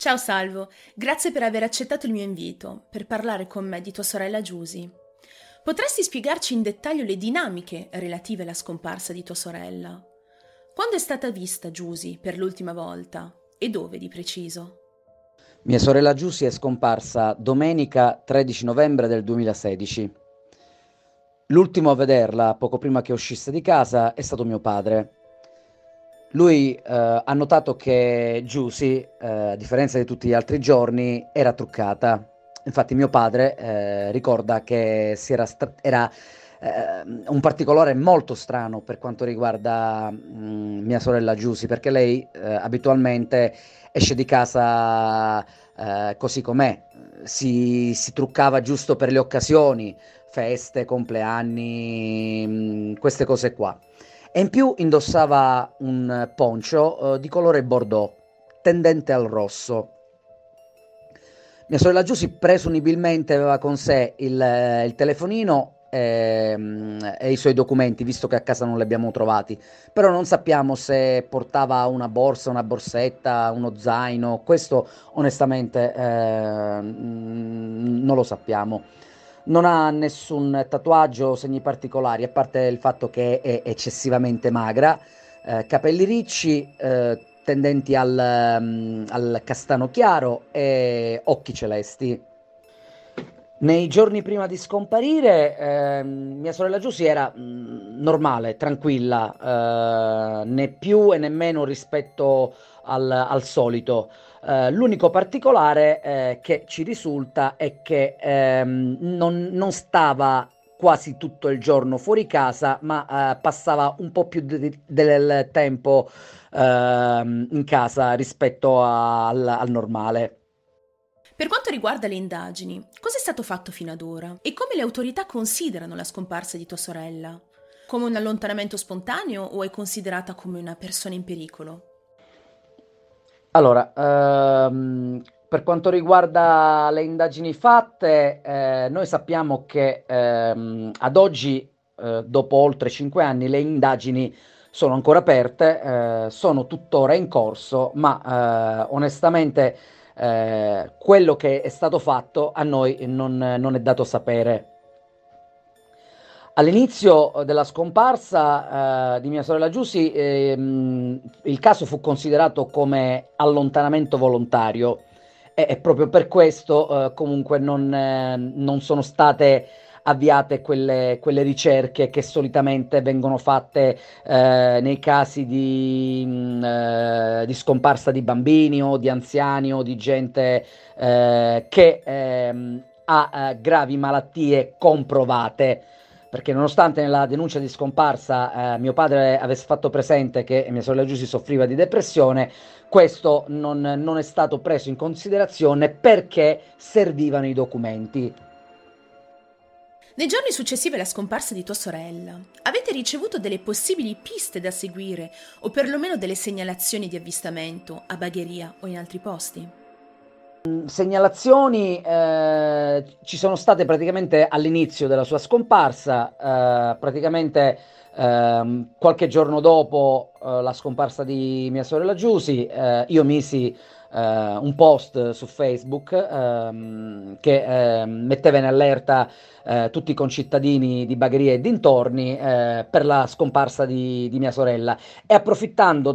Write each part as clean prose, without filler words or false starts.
Ciao Salvo, grazie per aver accettato il mio invito per parlare con me di tua sorella Giusy. Potresti spiegarci in dettaglio le dinamiche relative alla scomparsa di tua sorella? Quando è stata vista Giusy per l'ultima volta e dove di preciso? Mia sorella Giusy è scomparsa domenica 13 novembre del 2016. L'ultimo a vederla, poco prima che uscisse di casa, è stato mio padre. Lui ha notato che Giusy, a differenza di tutti gli altri giorni, era truccata. Infatti mio padre ricorda che era un particolare molto strano per quanto riguarda mia sorella Giusy, perché lei abitualmente esce di casa così com'è, si truccava giusto per le occasioni, feste, compleanni, queste cose qua. E in più indossava un poncho di colore bordeaux, tendente al rosso. Mia sorella Giusy presumibilmente aveva con sé il telefonino e i suoi documenti, visto che a casa non li abbiamo trovati. Però non sappiamo se portava una borsa, una borsetta, uno zaino. Questo onestamente non lo sappiamo. Non ha nessun tatuaggio o segni particolari, a parte il fatto che è eccessivamente magra, capelli ricci, tendenti al castano chiaro e occhi celesti. Nei giorni prima di scomparire, mia sorella Giusy era normale, tranquilla, né più e né meno rispetto al solito. L'unico particolare che ci risulta è che non stava quasi tutto il giorno fuori casa, ma passava un po' più del tempo in casa rispetto al normale. Per quanto riguarda le indagini, cosa è stato fatto fino ad ora e come le autorità considerano la scomparsa di tua sorella? Come un allontanamento spontaneo o è considerata come una persona in pericolo? Allora, per quanto riguarda le indagini fatte, noi sappiamo che ad oggi, dopo oltre 5 anni, le indagini sono ancora aperte, sono tuttora in corso, ma onestamente quello che è stato fatto a noi non è dato sapere. All'inizio della scomparsa di mia sorella Giusy, il caso fu considerato come allontanamento volontario e proprio per questo comunque non sono state avviate quelle ricerche che solitamente vengono fatte nei casi di scomparsa di bambini o di anziani o di gente che ha gravi malattie comprovate, perché nonostante nella denuncia di scomparsa mio padre avesse fatto presente che mia sorella Giusy soffriva di depressione, questo non è stato preso in considerazione perché servivano i documenti. Nei giorni successivi alla scomparsa di tua sorella, avete ricevuto delle possibili piste da seguire o perlomeno delle segnalazioni di avvistamento a Bagheria o in altri posti? Segnalazioni ci sono state praticamente all'inizio della sua scomparsa, praticamente qualche giorno dopo la scomparsa di mia sorella Giusy, io misi un post su Facebook che metteva in allerta tutti i concittadini di Bagheria e dintorni per la scomparsa di mia sorella, e approfittando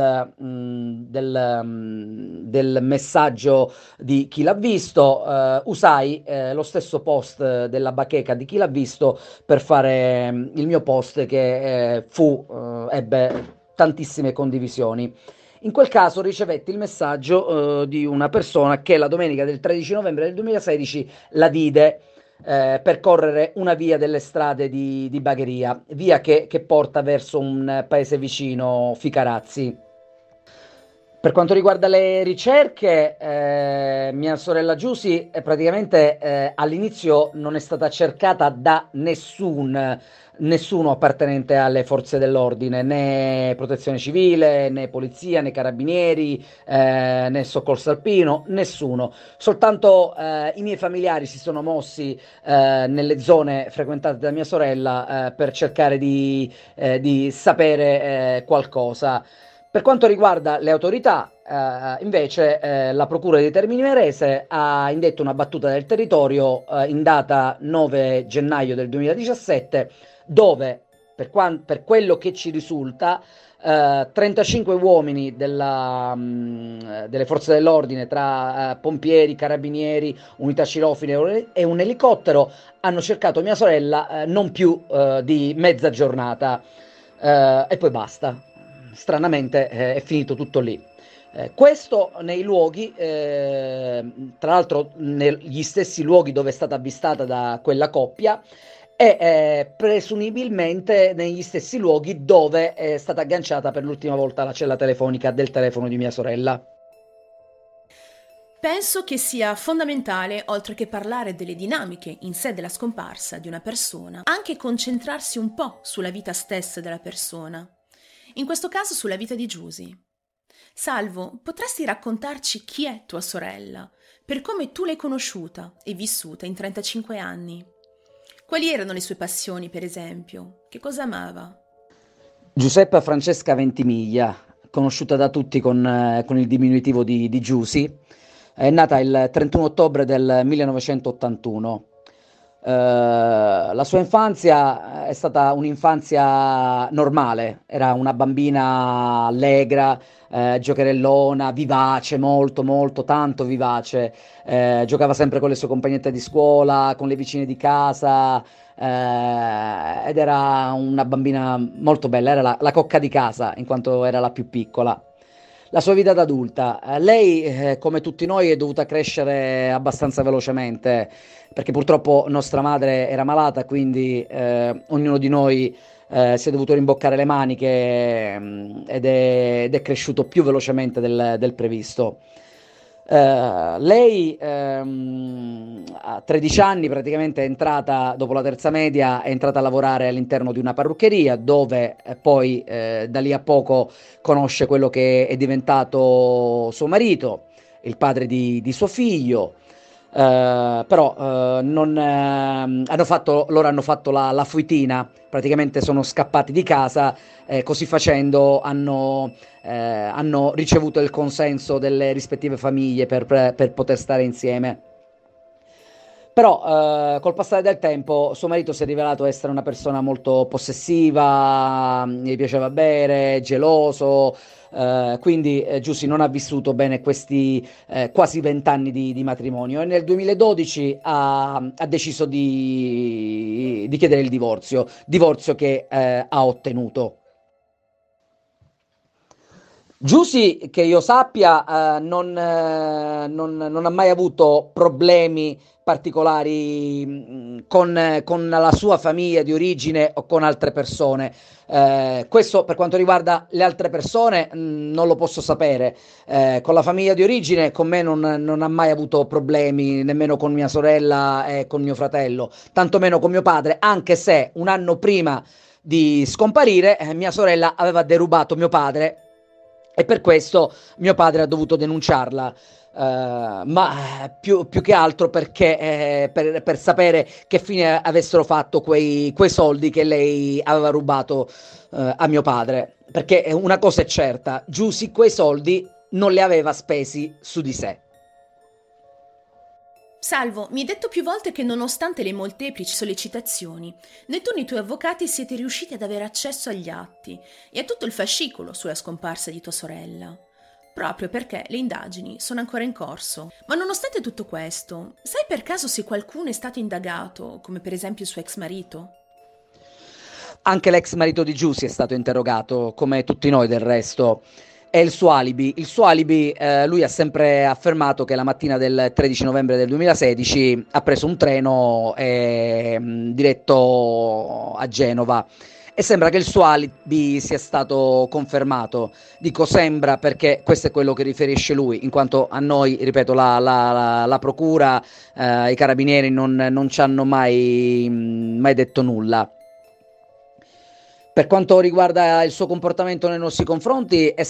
del messaggio di chi l'ha visto, usai lo stesso post della bacheca di chi l'ha visto per fare il mio post che ebbe tantissime condivisioni. In quel caso ricevetti il messaggio di una persona che la domenica del 13 novembre del 2016 la vide percorrere una via delle strade di Bagheria, via che porta verso un paese vicino, Ficarazzi. Per quanto riguarda le ricerche, mia sorella Giusy praticamente all'inizio non è stata cercata da nessuno appartenente alle forze dell'ordine, né protezione civile, né polizia, né carabinieri, né soccorso alpino, nessuno. Soltanto i miei familiari si sono mossi nelle zone frequentate da mia sorella per cercare di sapere qualcosa. Per quanto riguarda le autorità, invece, la Procura di Termini Imerese ha indetto una battuta del territorio in data 9 gennaio del 2017, dove, per quello che ci risulta, 35 uomini delle forze dell'ordine, tra pompieri, carabinieri, unità cirofile e un elicottero, hanno cercato mia sorella non più di mezza giornata. E poi basta. Stranamente è finito tutto lì. Questo nei luoghi, tra l'altro negli stessi luoghi dove è stata avvistata da quella coppia e presumibilmente negli stessi luoghi dove è stata agganciata per l'ultima volta la cella telefonica del telefono di mia sorella. Penso che sia fondamentale, oltre che parlare delle dinamiche in sé della scomparsa di una persona, anche concentrarsi un po' sulla vita stessa della persona. In questo caso sulla vita di Giusy. Salvo, potresti raccontarci chi è tua sorella, per come tu l'hai conosciuta e vissuta in 35 anni? Quali erano le sue passioni, per esempio? Che cosa amava? Giuseppa Francesca Ventimiglia, conosciuta da tutti con il diminutivo di Giusy, è nata il 31 ottobre del 1981. La sua infanzia è stata un'infanzia normale, era una bambina allegra, giocherellona, vivace, molto, molto, tanto vivace. Giocava sempre con le sue compagnette di scuola, con le vicine di casa, ed era una bambina molto bella, era la cocca di casa in quanto era la più piccola. La sua vita da adulta, lei come tutti noi è dovuta crescere abbastanza velocemente perché purtroppo nostra madre era malata, quindi ognuno di noi si è dovuto rimboccare le maniche, ed è cresciuto più velocemente del previsto. Lei a 13 anni praticamente è entrata, dopo la terza media, è entrata a lavorare all'interno di una parruccheria dove poi da lì a poco conosce quello che è diventato suo marito, il padre di suo figlio. Però loro hanno fatto la fuitina, praticamente sono scappati di casa, così facendo hanno ricevuto il consenso delle rispettive famiglie per poter stare insieme. Però col passare del tempo suo marito si è rivelato essere una persona molto possessiva, gli piaceva bere, geloso, quindi Giussi non ha vissuto bene questi quasi 20 anni di matrimonio e nel 2012 ha deciso di chiedere il divorzio che ha ottenuto. Giusy, che io sappia, non ha mai avuto problemi particolari con la sua famiglia di origine o con altre persone. Questo per quanto riguarda le altre persone non lo posso sapere. Con la famiglia di origine con me non ha mai avuto problemi, nemmeno con mia sorella e con mio fratello, tantomeno con mio padre, anche se un anno prima di scomparire mia sorella aveva derubato mio padre e per questo mio padre ha dovuto denunciarla. Ma più che altro perché per sapere che fine avessero fatto quei soldi che lei aveva rubato a mio padre. Perché una cosa è certa, Giusy quei soldi non li aveva spesi su di sé. Salvo, mi hai detto più volte che nonostante le molteplici sollecitazioni, né tu né i tuoi avvocati siete riusciti ad avere accesso agli atti e a tutto il fascicolo sulla scomparsa di tua sorella. Proprio perché le indagini sono ancora in corso. Ma nonostante tutto questo, sai per caso se qualcuno è stato indagato, come per esempio il suo ex marito? Anche l'ex marito di Giusy è stato interrogato, come tutti noi del resto. E il suo alibi? Lui ha sempre affermato che la mattina del 13 novembre del 2016 ha preso un treno diretto a Genova. E sembra che il suo alibi sia stato confermato. Dico sembra perché questo è quello che riferisce lui, in quanto a noi, ripeto, la procura, i carabinieri non ci hanno mai detto nulla. Per quanto riguarda il suo comportamento nei nostri confronti, è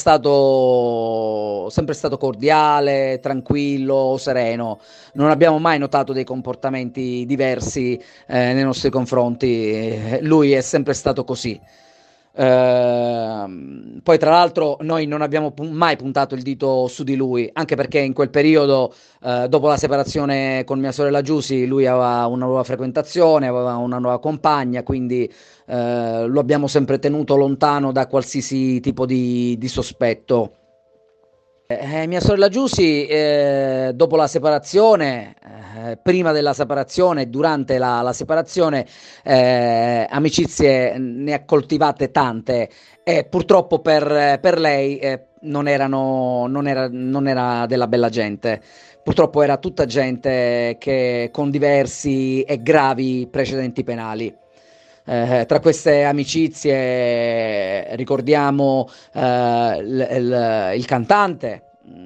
sempre stato cordiale, tranquillo, sereno. Non abbiamo mai notato dei comportamenti diversi nei nostri confronti. Lui è sempre stato così. Poi tra l'altro noi non abbiamo mai puntato il dito su di lui, anche perché in quel periodo, dopo la separazione con mia sorella Giusy, lui aveva una nuova frequentazione, aveva una nuova compagna, quindi lo abbiamo sempre tenuto lontano da qualsiasi tipo di sospetto. Mia sorella Giusy, dopo la separazione, prima della separazione e durante la separazione, amicizie ne ha coltivate tante e purtroppo per lei non era della bella gente. Purtroppo era tutta gente che con diversi e gravi precedenti penali. Tra queste amicizie ricordiamo il cantante,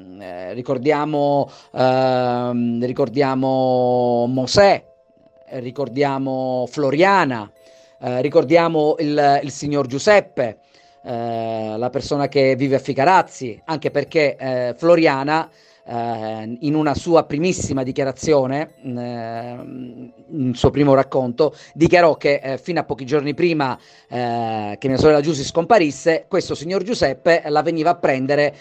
ricordiamo Mosè, ricordiamo Floriana, ricordiamo il signor Giuseppe, la persona che vive a Ficarazzi, anche perché Floriana in una sua primissima dichiarazione, il suo primo racconto, dichiarò che fino a pochi giorni prima che mia sorella Giusy scomparisse, questo signor Giuseppe la veniva a prendere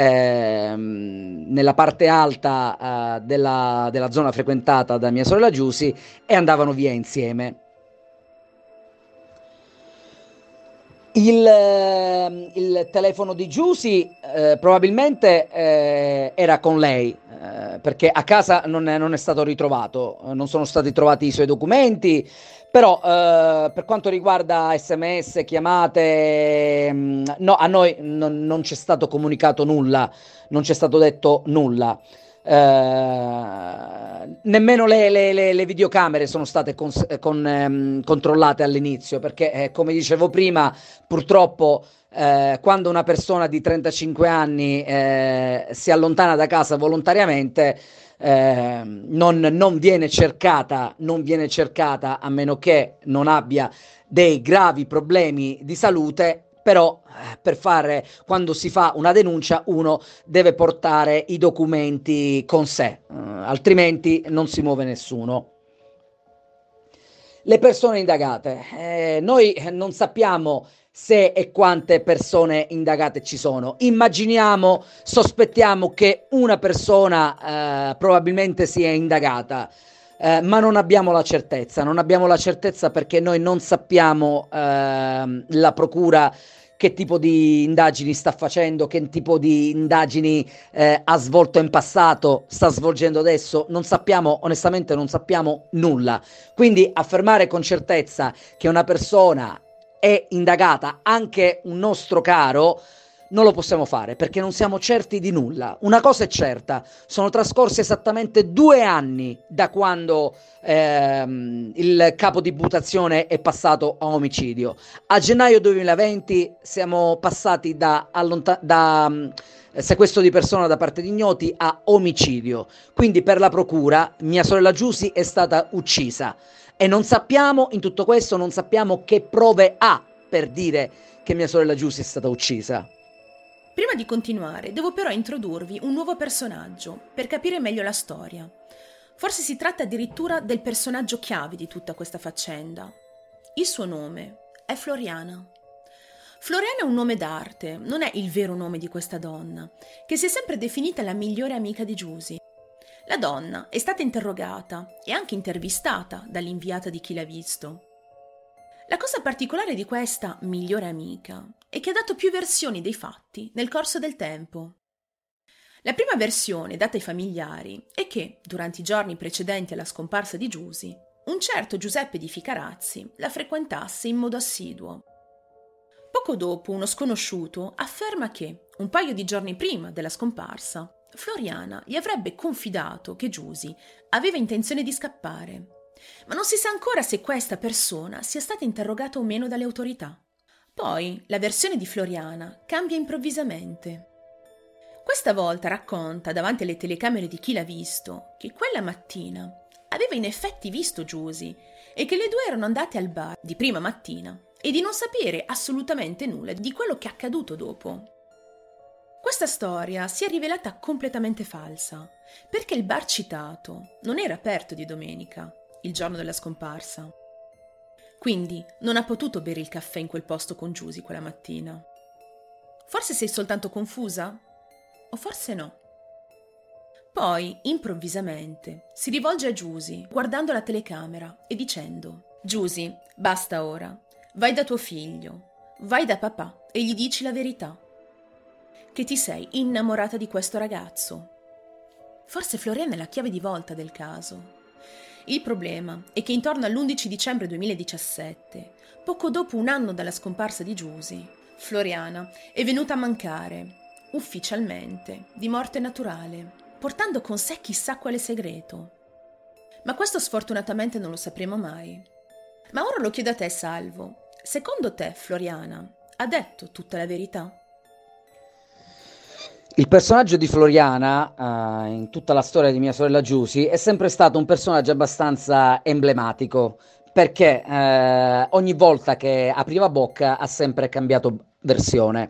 nella parte alta della zona frequentata da mia sorella Giusy e andavano via insieme. Il telefono di Giusy probabilmente era con lei, perché a casa non è stato ritrovato, non sono stati trovati i suoi documenti, però per quanto riguarda SMS, chiamate, no, a noi non c'è stato comunicato nulla, non c'è stato detto nulla. Nemmeno le videocamere sono state controllate all'inizio perché, come dicevo prima, purtroppo quando una persona di 35 anni si allontana da casa volontariamente, non viene cercata, non viene cercata a meno che non abbia dei gravi problemi di salute, però quando si fa una denuncia uno deve portare i documenti con sé, altrimenti non si muove nessuno. Le persone indagate. Noi non sappiamo se e quante persone indagate ci sono. Immaginiamo, sospettiamo che una persona probabilmente sia indagata. Ma non abbiamo la certezza, non abbiamo la certezza perché noi non sappiamo la procura che tipo di indagini sta facendo, che tipo di indagini ha svolto in passato, sta svolgendo adesso, non sappiamo, onestamente non sappiamo nulla. Quindi affermare con certezza che una persona è indagata, anche un nostro caro, non lo possiamo fare perché non siamo certi di nulla. Una cosa è certa, sono trascorsi esattamente 2 anni da quando il capo di imputazione è passato a omicidio. A gennaio 2020 siamo passati da sequestro di persona da parte di ignoti a omicidio. Quindi per la procura mia sorella Giusy è stata uccisa e non sappiamo, in tutto questo non sappiamo che prove ha per dire che mia sorella Giusy è stata uccisa. Prima di continuare, devo però introdurvi un nuovo personaggio per capire meglio la storia. Forse si tratta addirittura del personaggio chiave di tutta questa faccenda. Il suo nome è Floriana. Floriana è un nome d'arte, non è il vero nome di questa donna, che si è sempre definita la migliore amica di Giusy. La donna è stata interrogata e anche intervistata dall'inviata di Chi l'ha visto. La cosa particolare di questa migliore amica è che ha dato più versioni dei fatti nel corso del tempo. La prima versione data ai familiari è che, durante i giorni precedenti alla scomparsa di Giusy, un certo Giuseppe di Ficarazzi la frequentasse in modo assiduo. Poco dopo, uno sconosciuto afferma che, un paio di giorni prima della scomparsa, Floriana gli avrebbe confidato che Giusy aveva intenzione di scappare, ma non si sa ancora se questa persona sia stata interrogata o meno dalle autorità. Poi la versione di Floriana cambia improvvisamente. Questa volta racconta davanti alle telecamere di Chi l'ha visto che quella mattina aveva in effetti visto Giusy e che le due erano andate al bar di prima mattina e di non sapere assolutamente nulla di quello che è accaduto dopo. Questa storia si è rivelata completamente falsa, perché il bar citato non era aperto di domenica, il giorno della scomparsa. Quindi non ha potuto bere il caffè in quel posto con Giusy quella mattina. Forse sei soltanto confusa? O forse no? Poi, improvvisamente, si rivolge a Giusy, guardando la telecamera e dicendo: Giusy, basta ora. Vai da tuo figlio, vai da papà e gli dici la verità. Che ti sei innamorata di questo ragazzo. Forse Floriana è la chiave di volta del caso. Il problema è che intorno all'11 dicembre 2017, poco dopo un anno dalla scomparsa di Giusy, Floriana è venuta a mancare, ufficialmente, di morte naturale, portando con sé chissà quale segreto. Ma questo sfortunatamente non lo sapremo mai. Ma ora lo chiedo a te, Salvo. Secondo te, Floriana ha detto tutta la verità? Il personaggio di Floriana, in tutta la storia di mia sorella Giusy, è sempre stato un personaggio abbastanza emblematico, perché ogni volta che apriva bocca ha sempre cambiato versione.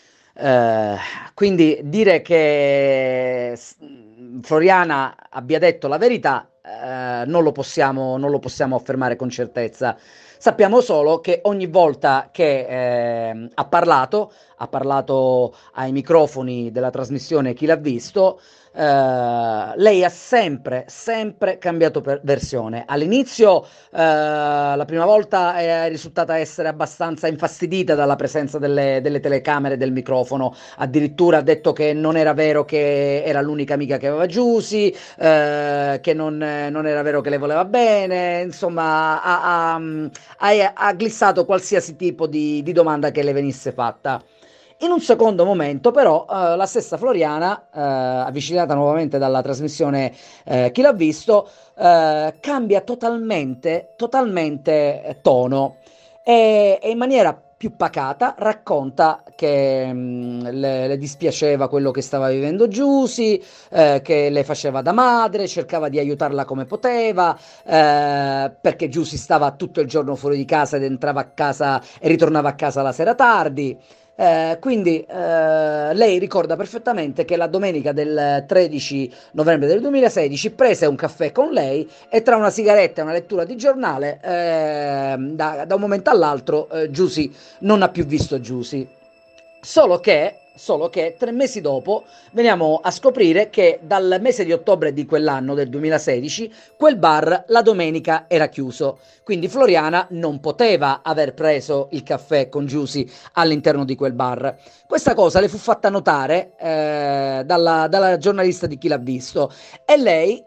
Quindi dire che Floriana abbia detto la verità non lo possiamo affermare con certezza. Sappiamo solo che ogni volta che ha parlato ai microfoni della trasmissione Chi l'ha visto, lei ha sempre cambiato versione. All'inizio, la prima volta è risultata essere abbastanza infastidita dalla presenza delle telecamere e del microfono, addirittura ha detto che non era vero che era l'unica amica che aveva Giusy, che non era vero che le voleva bene, insomma ha glissato qualsiasi tipo di domanda che le venisse fatta. In un secondo momento, però, la stessa Floriana, avvicinata nuovamente dalla trasmissione Chi l'ha visto, cambia totalmente tono e in maniera più pacata racconta che le dispiaceva quello che stava vivendo Giusy, che le faceva da madre, cercava di aiutarla come poteva, perché Giusy stava tutto il giorno fuori di casa ed entrava a casa e ritornava a casa la sera tardi. Quindi lei ricorda perfettamente che la domenica del 13 novembre del 2016 prese un caffè con lei e tra una sigaretta e una lettura di giornale, da un momento all'altro, Giusy non ha più visto Giusy. Solo che 3 mesi dopo veniamo a scoprire che dal mese di ottobre di quell'anno, del 2016, quel bar la domenica era chiuso. Quindi Floriana non poteva aver preso il caffè con Giusy all'interno di quel bar. Questa cosa le fu fatta notare dalla giornalista di Chi l'ha visto e lei,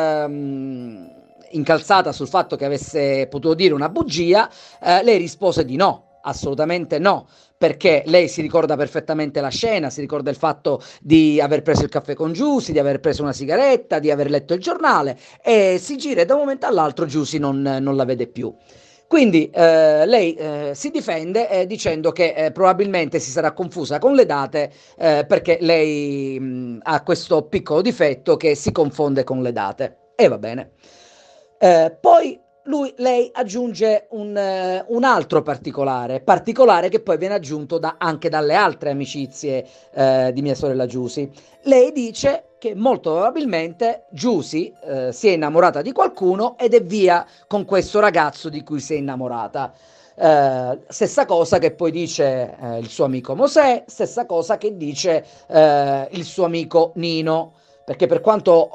incalzata sul fatto che avesse potuto dire una bugia, lei rispose di no. Assolutamente no, perché lei si ricorda perfettamente la scena, si ricorda il fatto di aver preso il caffè con Giusy, di aver preso una sigaretta, di aver letto il giornale e si gira e da un momento all'altro Giusy non la vede più. Quindi lei si difende dicendo che probabilmente si sarà confusa con le date perché lei ha questo piccolo difetto che si confonde con le date. E va bene. Poi lei aggiunge un altro particolare che poi viene aggiunto anche dalle altre amicizie di mia sorella Giusy. Lei dice che molto probabilmente Giusy si è innamorata di qualcuno ed è via con questo ragazzo di cui si è innamorata. Stessa cosa che poi dice il suo amico Mosè, stessa cosa che dice il suo amico Nino. Perché per quanto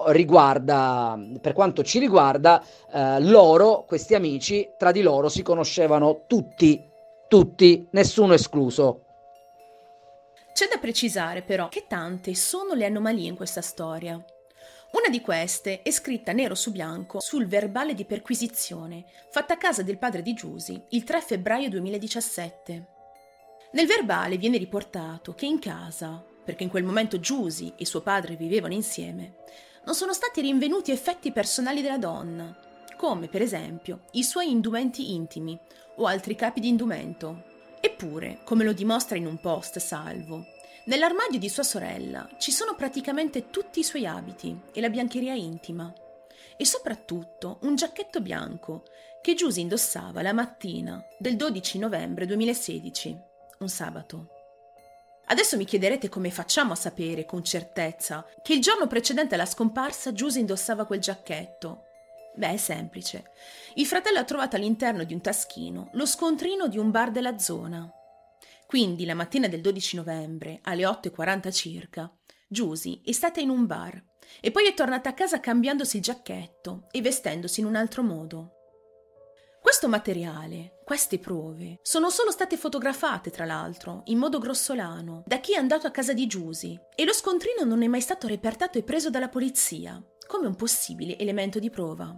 ci riguarda, questi amici, tra di loro si conoscevano tutti, nessuno escluso. C'è da precisare però che tante sono le anomalie in questa storia. Una di queste è scritta nero su bianco sul verbale di perquisizione fatta a casa del padre di Giusy il 3 febbraio 2017. Nel verbale viene riportato che in casa, perché in quel momento Giusy e suo padre vivevano insieme, non sono stati rinvenuti effetti personali della donna, come per esempio i suoi indumenti intimi o altri capi di indumento. Eppure, come lo dimostra in un post Salvo, nell'armadio di sua sorella ci sono praticamente tutti i suoi abiti e la biancheria intima, e soprattutto un giacchetto bianco che Giusy indossava la mattina del 12 novembre 2016, un sabato. Adesso mi chiederete come facciamo a sapere con certezza che il giorno precedente alla scomparsa Giusy indossava quel giacchetto. Beh, è semplice. Il fratello ha trovato all'interno di un taschino lo scontrino di un bar della zona. Quindi, la mattina del 12 novembre, alle 8:40 circa, Giusy è stata in un bar e poi è tornata a casa cambiandosi il giacchetto e vestendosi in un altro modo. Questo materiale, queste prove, sono solo state fotografate, tra l'altro, in modo grossolano, da chi è andato a casa di Giusy, e lo scontrino non è mai stato repertato e preso dalla polizia, come un possibile elemento di prova.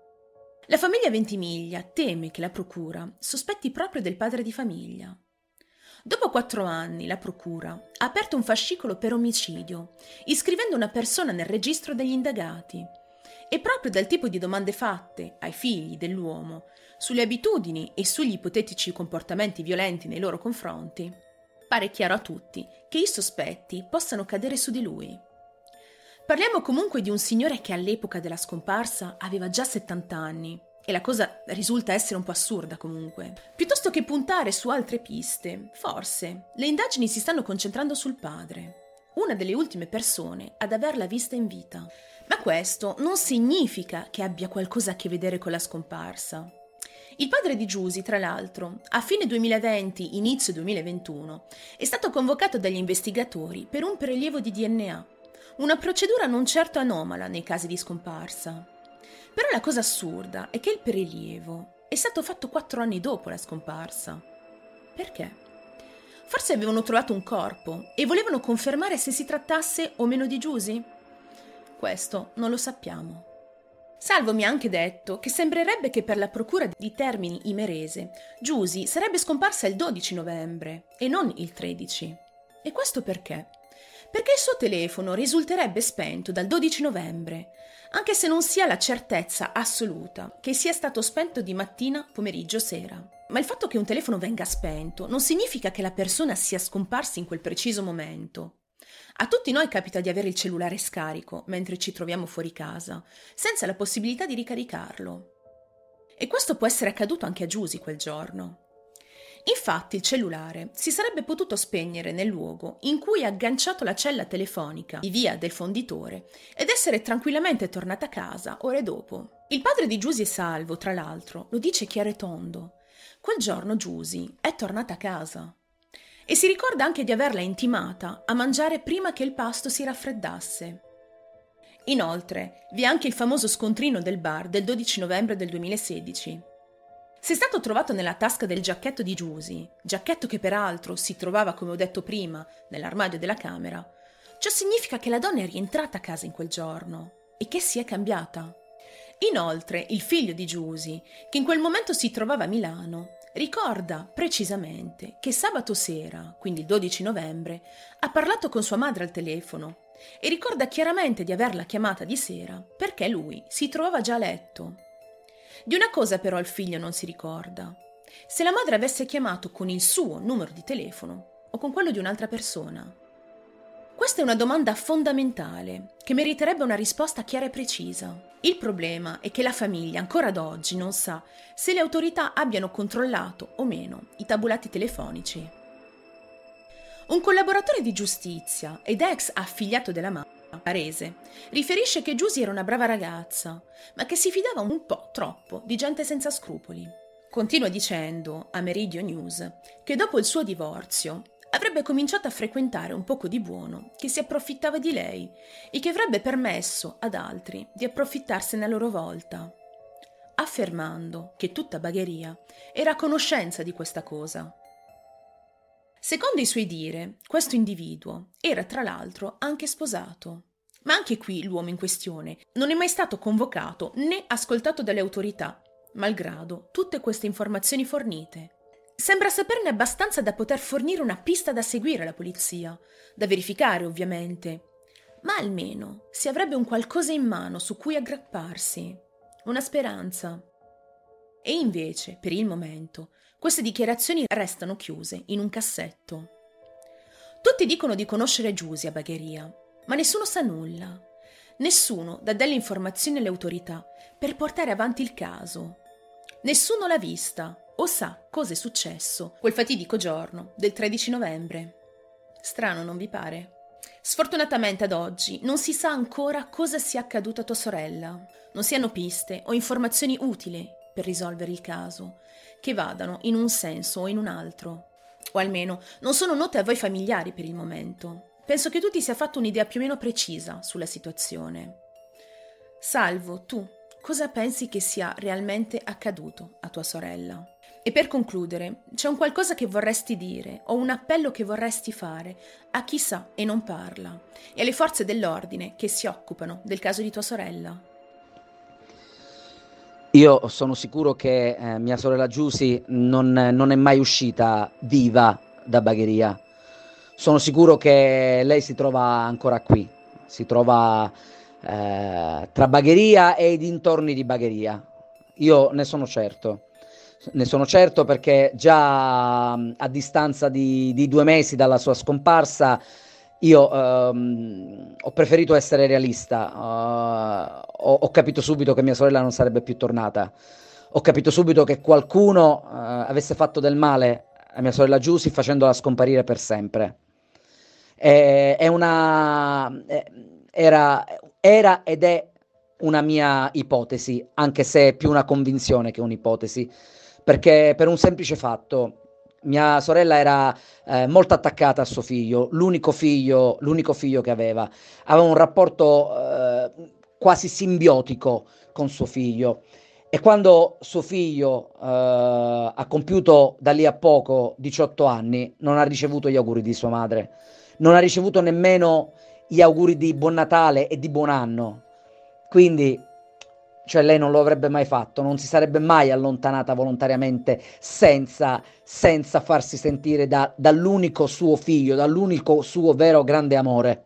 La famiglia Ventimiglia teme che la procura sospetti proprio del padre di famiglia. Dopo 4 anni, la procura ha aperto un fascicolo per omicidio, iscrivendo una persona nel registro degli indagati. E proprio dal tipo di domande fatte ai figli dell'uomo sulle abitudini e sugli ipotetici comportamenti violenti nei loro confronti, pare chiaro a tutti che i sospetti possano cadere su di lui. Parliamo comunque di un signore che all'epoca della scomparsa aveva già 70 anni, e la cosa risulta essere un po' assurda comunque. Piuttosto che puntare su altre piste, forse le indagini si stanno concentrando sul padre, una delle ultime persone ad averla vista in vita. Ma questo non significa che abbia qualcosa a che vedere con la scomparsa. Il padre di Giusy, tra l'altro, a fine 2020, inizio 2021, è stato convocato dagli investigatori per un prelievo di DNA, una procedura non certo anomala nei casi di scomparsa. Però la cosa assurda è che il prelievo è stato fatto 4 anni dopo la scomparsa. Perché? Forse avevano trovato un corpo e volevano confermare se si trattasse o meno di Giusy? Questo non lo sappiamo. Salvo mi ha anche detto che sembrerebbe che per la procura di Termini Imerese Giusy sarebbe scomparsa il 12 novembre e non il 13. E questo perché? Perché il suo telefono risulterebbe spento dal 12 novembre, anche se non si ha la certezza assoluta che sia stato spento di mattina, pomeriggio, sera. Ma il fatto che un telefono venga spento non significa che la persona sia scomparsa in quel preciso momento. A tutti noi capita di avere il cellulare scarico mentre ci troviamo fuori casa, senza la possibilità di ricaricarlo. E questo può essere accaduto anche a Giusy quel giorno. Infatti il cellulare si sarebbe potuto spegnere nel luogo in cui ha agganciato la cella telefonica di via del Fonditore ed essere tranquillamente tornata a casa ore dopo. Il padre di Giusy è salvo, tra l'altro, lo dice chiaro e tondo. Quel giorno Giusy è tornata a casa. E si ricorda anche di averla intimata a mangiare prima che il pasto si raffreddasse. Inoltre, vi è anche il famoso scontrino del bar del 12 novembre del 2016. Se è stato trovato nella tasca del giacchetto di Giusy, giacchetto che peraltro si trovava, come ho detto prima, nell'armadio della camera, ciò significa che la donna è rientrata a casa in quel giorno e che si è cambiata. Inoltre, il figlio di Giusy, che in quel momento si trovava a Milano, ricorda precisamente che sabato sera, quindi il 12 novembre, ha parlato con sua madre al telefono e ricorda chiaramente di averla chiamata di sera perché lui si trovava già a letto. Di una cosa però il figlio non si ricorda: se la madre avesse chiamato con il suo numero di telefono o con quello di un'altra persona. Questa è una domanda fondamentale che meriterebbe una risposta chiara e precisa. Il problema è che la famiglia ancora ad oggi non sa se le autorità abbiano controllato o meno i tabulati telefonici. Un collaboratore di giustizia ed ex affiliato della mamma, Arese, riferisce che Giusy era una brava ragazza, ma che si fidava un po' troppo di gente senza scrupoli. Continua dicendo a Meridio News che dopo il suo divorzio avrebbe cominciato a frequentare un poco di buono che si approfittava di lei e che avrebbe permesso ad altri di approfittarsene a loro volta, affermando che tutta Bagheria era a conoscenza di questa cosa. Secondo i suoi dire, questo individuo era tra l'altro anche sposato. Ma anche qui l'uomo in questione non è mai stato convocato né ascoltato dalle autorità, malgrado tutte queste informazioni fornite. Sembra saperne abbastanza da poter fornire una pista da seguire alla polizia, da verificare ovviamente, ma almeno si avrebbe un qualcosa in mano su cui aggrapparsi, una speranza. E invece, per il momento, queste dichiarazioni restano chiuse in un cassetto. Tutti dicono di conoscere Giusy a Bagheria, ma nessuno sa nulla. Nessuno dà delle informazioni alle autorità per portare avanti il caso. Nessuno l'ha vista o sa cosa è successo quel fatidico giorno del 13 novembre. Strano, non vi pare? Sfortunatamente ad oggi non si sa ancora cosa sia accaduto a tua sorella. Non si hanno piste o informazioni utili per risolvere il caso, che vadano in un senso o in un altro. O almeno non sono note a voi familiari per il momento. Penso che tu ti sia fatto un'idea più o meno precisa sulla situazione. Salvo, tu, cosa pensi che sia realmente accaduto a tua sorella? E per concludere, c'è un qualcosa che vorresti dire o un appello che vorresti fare a chi sa e non parla e alle forze dell'ordine che si occupano del caso di tua sorella? Io sono sicuro che mia sorella Giusy non è mai uscita viva da Bagheria. Sono sicuro che lei si trova ancora qui, si trova tra Bagheria e i dintorni di Bagheria. Io ne sono certo. Ne sono certo perché già a distanza di 2 mesi dalla sua scomparsa io ho preferito essere realista. Ho capito subito che mia sorella non sarebbe più tornata. Ho capito subito che qualcuno avesse fatto del male a mia sorella Giusy facendola scomparire per sempre. È una, era ed è una mia ipotesi, anche se è più una convinzione che un'ipotesi, perché per un semplice fatto, mia sorella era molto attaccata a suo figlio, l'unico figlio che aveva un rapporto quasi simbiotico con suo figlio. E quando suo figlio ha compiuto da lì a poco 18 anni, non ha ricevuto gli auguri di sua madre, non ha ricevuto nemmeno gli auguri di buon Natale e di buon anno. Quindi, cioè, lei non lo avrebbe mai fatto, non si sarebbe mai allontanata volontariamente senza farsi sentire dall'unico suo figlio, dall'unico suo vero grande amore.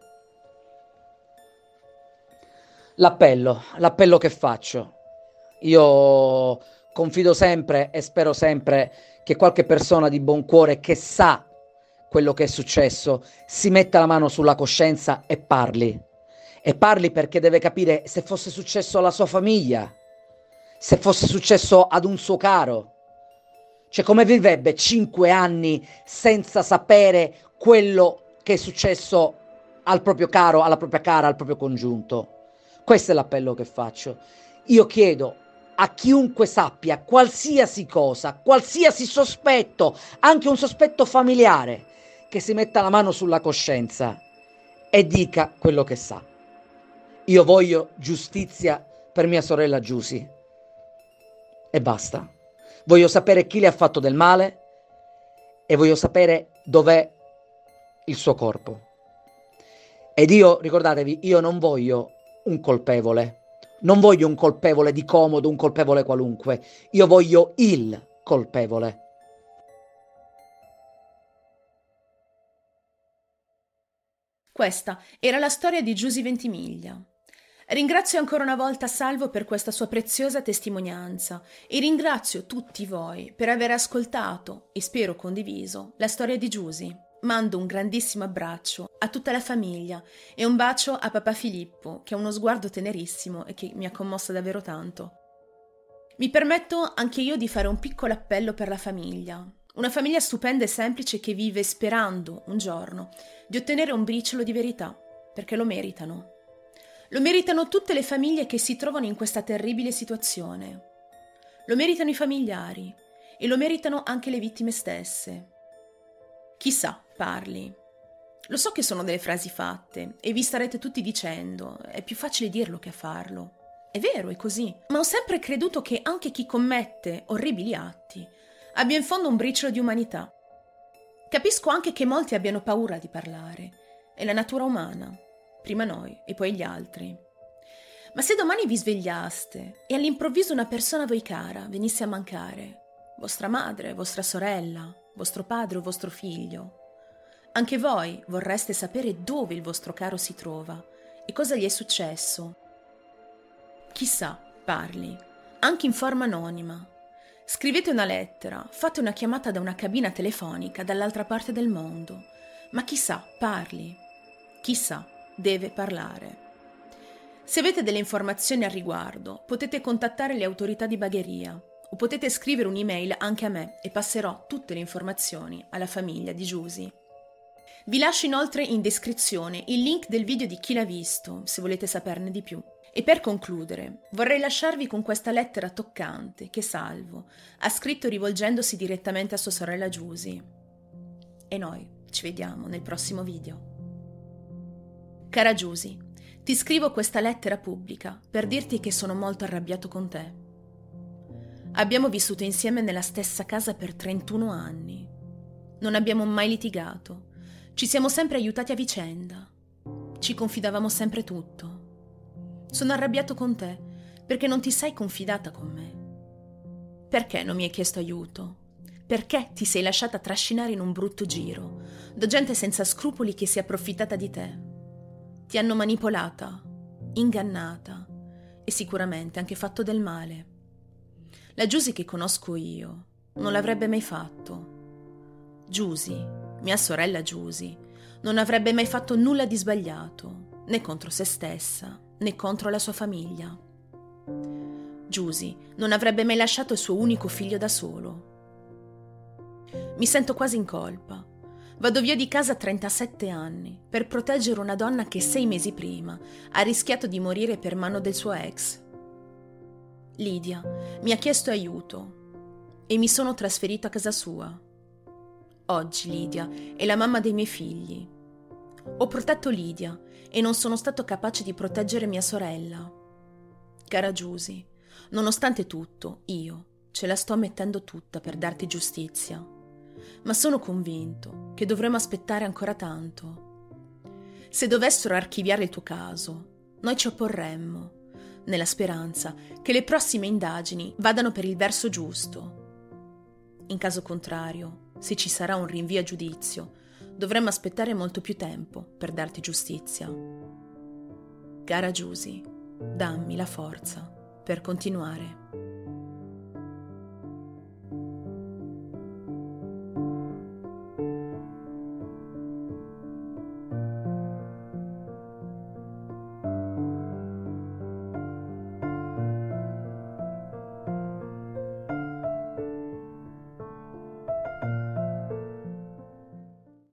L'appello che faccio. Io confido sempre e spero sempre che qualche persona di buon cuore che sa quello che è successo si metta la mano sulla coscienza e parli. E parli perché deve capire se fosse successo alla sua famiglia, se fosse successo ad un suo caro. Cioè, come vivrebbe 5 anni senza sapere quello che è successo al proprio caro, alla propria cara, al proprio congiunto? Questo è l'appello che faccio. Io chiedo a chiunque sappia qualsiasi cosa, qualsiasi sospetto, anche un sospetto familiare, che si metta la mano sulla coscienza e dica quello che sa. Io voglio giustizia per mia sorella Giusy. E basta. Voglio sapere chi le ha fatto del male e voglio sapere dov'è il suo corpo. Ed io, ricordatevi, io non voglio un colpevole. Non voglio un colpevole di comodo, un colpevole qualunque. Io voglio il colpevole. Questa era la storia di Giusy Ventimiglia. Ringrazio ancora una volta Salvo per questa sua preziosa testimonianza e ringrazio tutti voi per aver ascoltato e spero condiviso la storia di Giusy. Mando un grandissimo abbraccio a tutta la famiglia e un bacio a papà Filippo, che ha uno sguardo tenerissimo e che mi ha commossa davvero tanto. Mi permetto anche io di fare un piccolo appello per la famiglia. Una famiglia stupenda e semplice che vive sperando un giorno di ottenere un briciolo di verità, perché lo meritano. Lo meritano tutte le famiglie che si trovano in questa terribile situazione. Lo meritano i familiari e lo meritano anche le vittime stesse. Chissà, parli. Lo so che sono delle frasi fatte e vi starete tutti dicendo, è più facile dirlo che farlo. È vero, è così, ma ho sempre creduto che anche chi commette orribili atti abbia in fondo un briciolo di umanità. Capisco anche che molti abbiano paura di parlare, è la natura umana. Prima noi e poi gli altri. Ma se domani vi svegliaste e all'improvviso una persona a voi cara venisse a mancare, vostra madre, vostra sorella, vostro padre o vostro figlio, anche voi vorreste sapere dove il vostro caro si trova e cosa gli è successo. Chissà, parli, anche in forma anonima. Scrivete una lettera, fate una chiamata da una cabina telefonica dall'altra parte del mondo, ma chissà, parli, chissà. Deve parlare. Se avete delle informazioni al riguardo, potete contattare le autorità di Bagheria o potete scrivere un'email anche a me e passerò tutte le informazioni alla famiglia di Giusy. Vi lascio inoltre in descrizione il link del video di chi l'ha visto, se volete saperne di più. E per concludere, vorrei lasciarvi con questa lettera toccante che Salvo ha scritto rivolgendosi direttamente a sua sorella Giusy. E noi ci vediamo nel prossimo video. Cara Giusy, ti scrivo questa lettera pubblica per dirti che sono molto arrabbiato con te. Abbiamo vissuto insieme nella stessa casa per 31 anni. Non abbiamo mai litigato. Ci siamo sempre aiutati a vicenda. Ci confidavamo sempre tutto. Sono arrabbiato con te perché non ti sei confidata con me. Perché non mi hai chiesto aiuto? Perché ti sei lasciata trascinare in un brutto giro da gente senza scrupoli che si è approfittata di te? Ti hanno manipolata, ingannata e sicuramente anche fatto del male. La Giusy che conosco io non l'avrebbe mai fatto. Giusy, mia sorella Giusy, non avrebbe mai fatto nulla di sbagliato, né contro se stessa, né contro la sua famiglia. Giusy non avrebbe mai lasciato il suo unico figlio da solo. Mi sento quasi in colpa. Vado via di casa a 37 anni per proteggere una donna che 6 mesi prima ha rischiato di morire per mano del suo ex. Lidia mi ha chiesto aiuto e mi sono trasferito a casa sua. Oggi Lidia è la mamma dei miei figli. Ho protetto Lidia e non sono stato capace di proteggere mia sorella. Cara Giusy, nonostante tutto, io ce la sto mettendo tutta per darti giustizia, ma sono convinto che dovremo aspettare ancora tanto. Se dovessero archiviare il tuo caso, noi ci opporremmo, nella speranza che le prossime indagini vadano per il verso giusto. In caso contrario, se ci sarà un rinvio a giudizio, dovremmo aspettare molto più tempo per darti giustizia. Cara Giusy, dammi la forza per continuare.